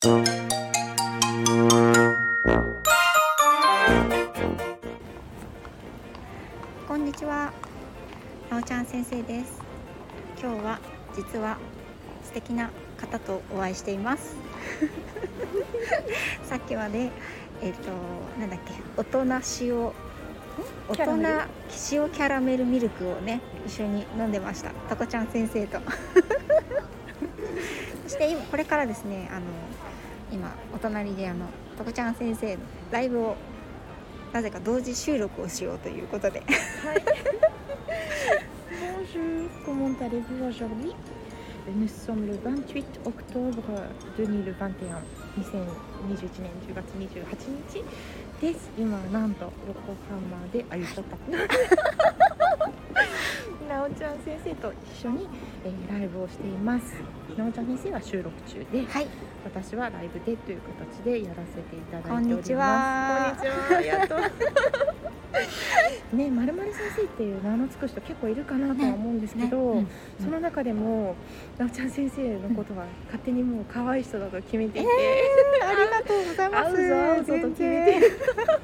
こんにちは、なおちゃん先生です。今日は実は素敵な方とお会いしていますさっきまでなんだっけ、大人塩キャラメルミルクをね一緒に飲んでました、とこちゃん先生とそして今これからですね、今お隣でとこちゃん先生のライブをなぜか同時収録をしようということではい。Bonjour, comment allez-vous aujourd'hui? Nous sommes le 28 octobre 2021, 2021年10月28日です。今なんと横浜で言っちゃったなおちゃん先生と一緒に、ライブをしています。なおちゃん先生は収録中で、 はい、 私はライブでという形でやらせていただいております。 こんにちは。 こんにちは。やっとね、まるまる先生っていう名の付く人結構いるかなとは思うんですけど、その中でもなおちゃん先生のことは勝手にもう可愛い人だと決めていて、 ありがとうございます。 会うぞと決めて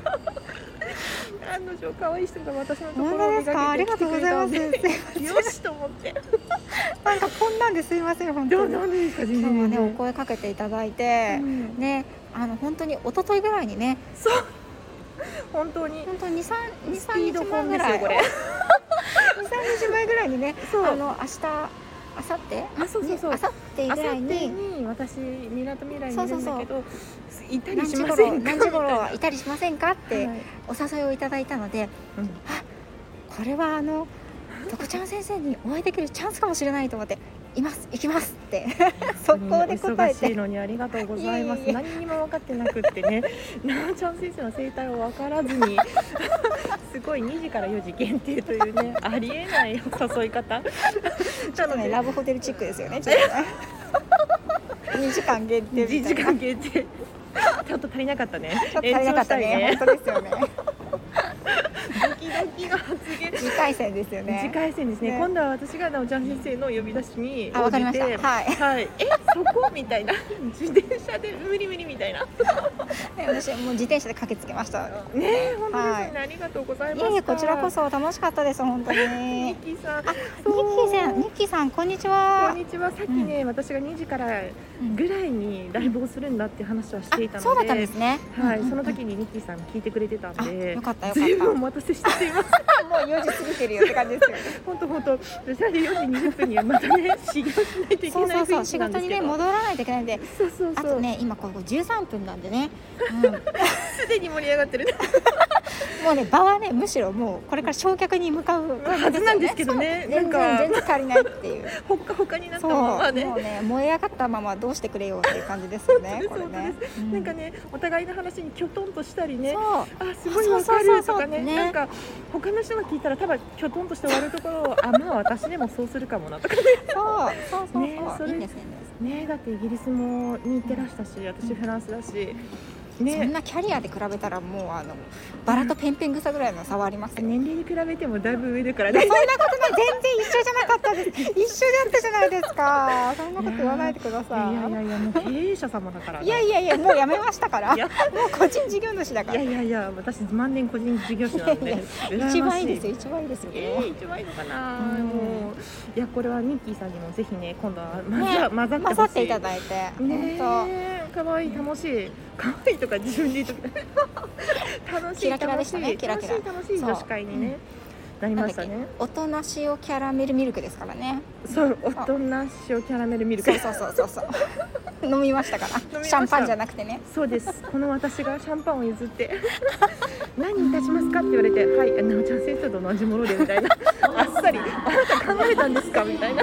案の定可愛い人が私のところを見かけて来てくれたんで、よしと思ってなんかこんなんですいません、本当に。 何ですか、 今日はねお声かけていただいて、ね、本当に一昨日ぐらいにね、 そう本当に 2、3日前ぐらい、 これ2、3 日前ぐらいにね、 そう明日、明後日、 そう明後日ぐらいに私みなとみらいにいるんだけど、いたり何しませんか、 時頃いたりしませんかってはい、 お誘いをいただいたので、これはとこちゃん先生にお会いできるチャンスかもしれないと思って、行きますって速攻で答えて、 忙しいのにありがとうございます。何にも分かってなくってね、なおちゃん先生の生態を分からずにすごい2時から4時限定というね、ありえない誘い方ちょっとねラブホテルチックですよね、ちょっとね2時間限定みたいな、 2時間限定ちょっと足りなかったね、 ちょっと足りなかったね、本当ですよねドキドキが発言、 次回戦ですよね。 次回戦ですね。今度は私がなおちゃん先生の呼び出しに応わかりじて、 ました。はい。 そこみたいな、自転車で無理みたいな私もう自転車で駆けつけました。 ねえ、本当ですね、ありがとうございました。 いえ、こちらこそ楽しかったです、本当に。 ニッキーさん、 ニッキーさん、こんにちは。 こんにちは。さっきね、私が2時からぐらいにライブをするんだっていう話はしていたので、 そうだったんですね。 はい、その時にニッキーさん聞いてくれてたんで、 よかった。 随分お待たせしてすいません。 もう4時過ぎてるよって感じですよね。 本当。そしたら4時20分にはまたね、修行しないといけない雰囲仕気なんですけど。 事にね戻らないといけないんで、 そう。 あとね、今ここ13分なんでね、 すでに盛り上がってる。 もうね、場はね、むしろもうこれから焼却に向かうはずなんですけどね、 全然足りないっていう。 ほっかほかになったままね。 もうね、燃え上がったままどうしてくれよっていう感じですよね。これね。 なんかね、お互いの話にきょとんとしたりね、すごいそうわかるとかね、なんか他の人が聞いたら多分きょとんとして終わるところを、まあ私でもそうするかもなとかね。 そうね、それね、だってイギリスもに行ってらしたし、私フランスだし。 そんなキャリアで比べたらもうバラとペンペン草ぐらいの差はありますよ。 年齢に比べてもだいぶ上だからね。 そんなことない、全然一緒じゃなかったです。一緒だったじゃないですか。そんなこと言わないでください。 いやもう経営者様だから。 いやもうやめましたから。もう個人事業主だから。 いや私万年個人事業主なんで。 一番いいですよ、一番いいですよ。 一番いいのかな。もういやこれはニッキーさんにもぜひね、今度は混ざっていただいて。 本当。可愛い、楽しい。可愛いとか自分で言うと楽しい女子会にね、なりましたね。 大人塩キャラメルミルクですからね。 そう、大人塩キャラメルミルク。 そう飲みましたから。シャンパンじゃなくてね。 そうです。この私がシャンパンを譲って何いたしますかって言われて、はい、なおちゃん先生と同じものでみたいな、あっさり、あなた考えたんですかみたいな。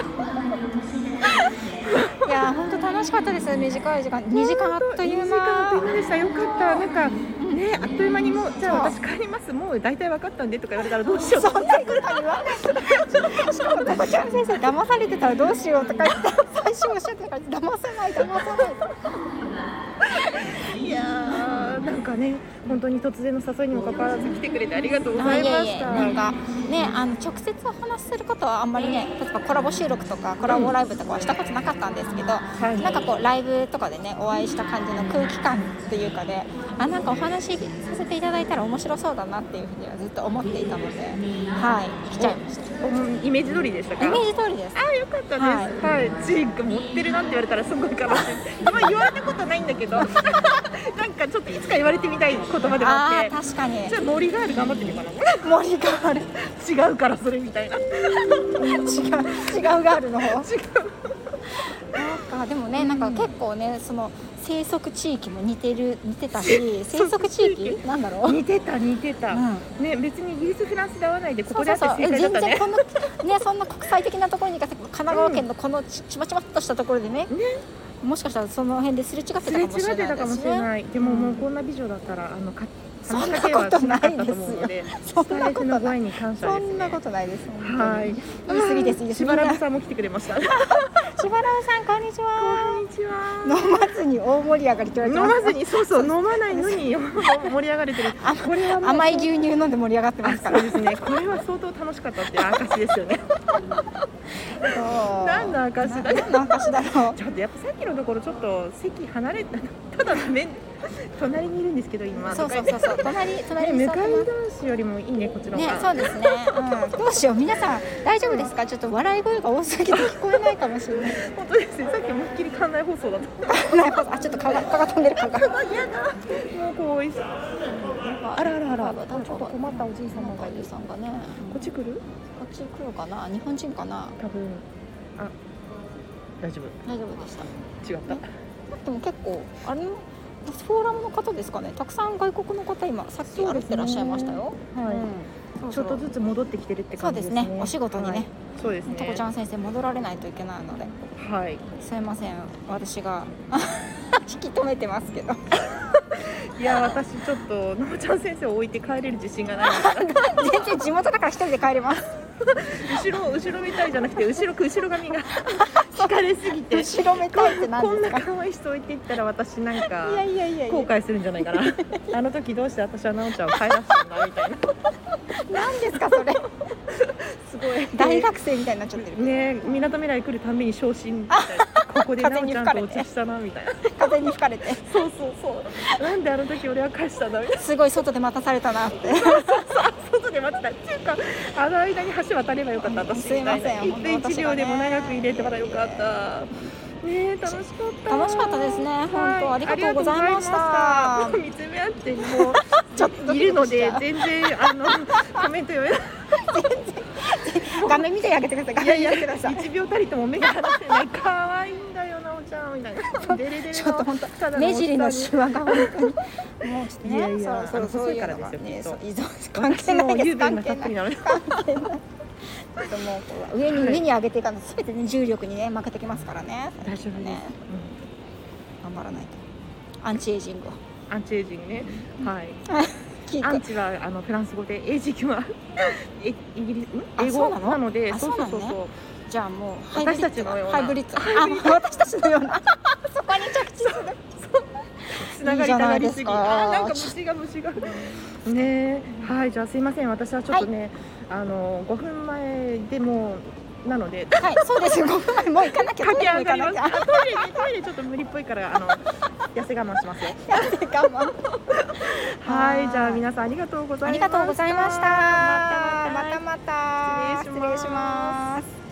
いや本当楽しかったです。短い時間、2時間あっという間。 2時間あっという間でした。よかった。なんかね、あっという間にもうじゃあ私帰ります。もう大体分かったんでとか言われたらどうしよう。 そんなこと言わない。しかもとこちゃん先生騙されてたらどうしようとか言って最初おっしゃってたから、騙さない。 いやなんかかね、本当に突然の誘いにもかかわらず来てくれてありがとうございました。 いえいえ、なんかね、直接お話しすることはあんまりね、例えばコラボ収録とかコラボライブとかはしたことなかったんですけど、 いなんかこうライブとかでねお会いした感じの空気感っていうかで、なんかお話しさせていただいたら面白そうだなっていうふうにはずっと思っていたので、はい来ちゃいました。 イメージ通りでしたか？ イメージ通りです。 よかったです。はい、チーク持ってるなって言われたらすごい悲しい。言われたことないんだけど、なんかちょっといつか言われてみたい言葉でもあって。 確かに。 じゃあ森ガール頑張ってみようかな。 森ガール違うからそれみたいな。違うガールの方。なんかでもね、なんか結構ね、その生息地域も似てたし、生息地域なんだろう。 似てた、ね、別にイギリスフランスで会わないでここで会って正解だったね。 全然このね、そんな国際的なところに行かせて、神奈川県のこのちまちまっとしたところでね、もしかしたらその辺ですれ違ってたかもしれないですね。 でももうこんな美女だったらそんなことないですよ。 そんなことないです。 そんなことないです。 はい。 言い過ぎです。 しばらくさんも来てくれました。 しばらくさんこんにちは。 こんにちは。 飲まずに大盛り上がりと言われてます。 飲まずにそう飲まないのに盛り上がれてる。これは甘い牛乳飲んで盛り上がってますから。 そうですね。これは相当楽しかったっていう証ですよね。何の証だろう。ちょっとやっぱさっきのところちょっと席離れただ隣にいるんですけど今。 そう隣向かい男子よりもいいねこっちの方が。 ね、そうですね。どうしよう、皆さん大丈夫ですか？ちょっと笑い声が多すぎて聞こえないかもしれない。 本当ですね。さっき思いっきり館内放送だった。 ちょっと蚊が飛んでる蚊が。 もうこうあらちょっと困ったおじい様がいる。 さんがね。 こっち来る？ こっち来るかな？日本人かな？ 多分。大丈夫でした。違った。 でも結構フォーラムの方ですかね。たくさん外国の方今さっき歩いてらっしゃいましたよ。 ちょっとずつ戻ってきてるって感じですね。 そうですね。お仕事にね。 そうですね。 とこちゃん先生戻られないといけないので。 はい。 すいません。私が引き止めてますけど。 いや私ちょっとのもちゃん先生を置いて帰れる自信がない。 全然地元だから一人で帰れます。 後ろめたいじゃなくて後ろ髪が引かれすぎて後ろめたいって何ですか？ こんな可愛い人置いていったら私なんか後悔するんじゃないかな。あの時どうして私はなおちゃんを帰らせたんだみたいな。 何ですかそれ。 すごい大学生みたいになっちゃってるね。みなとみらい来るたんびに昇進みたいな。ここでなおちゃんとお茶したなみたいな。 風に吹かれて。 そうなんであの時俺は返したんだみたいな。 すごい外で待たされたなって。 外で待ってたっていうかあの間に橋渡ればよかった私。 すいません。 1秒でも長く入れてたらよかった。ね、楽しかったですね。本当ありがとうございました。 見つめ合ってもういるので全然コメント読めない。 画面見てあげてください。画面見てください。 1秒たりとも目が離せない。可愛いんだよなおちゃんみたいな。デレデレのちょっと本当目尻のシワが本当にもうちょっとね。 そういうからですよ。 関係ないです。 関係ない。 ちょっともう上に上げていかないと全てね重力にね負けてきますからね。 大丈夫ね。 頑張らないと。アンチエイジングね。はい。アンチはフランス語でエイジングはイギリス英語なので、そう。 じゃあもう私たちのようなハイブリッド。私たちのようなそこに着地する。 つながりたがりすぎ。なんか虫がね。はい、じゃあすいません。私はちょっとね5分前でもなので、 はい、そうですよ。5分前もう行かなきゃ。 駆け上がります。トイレちょっと無理っぽいから痩せ我慢しますよ。 痩せ我慢。 はい、じゃあ皆さんありがとうございました。 また失礼します。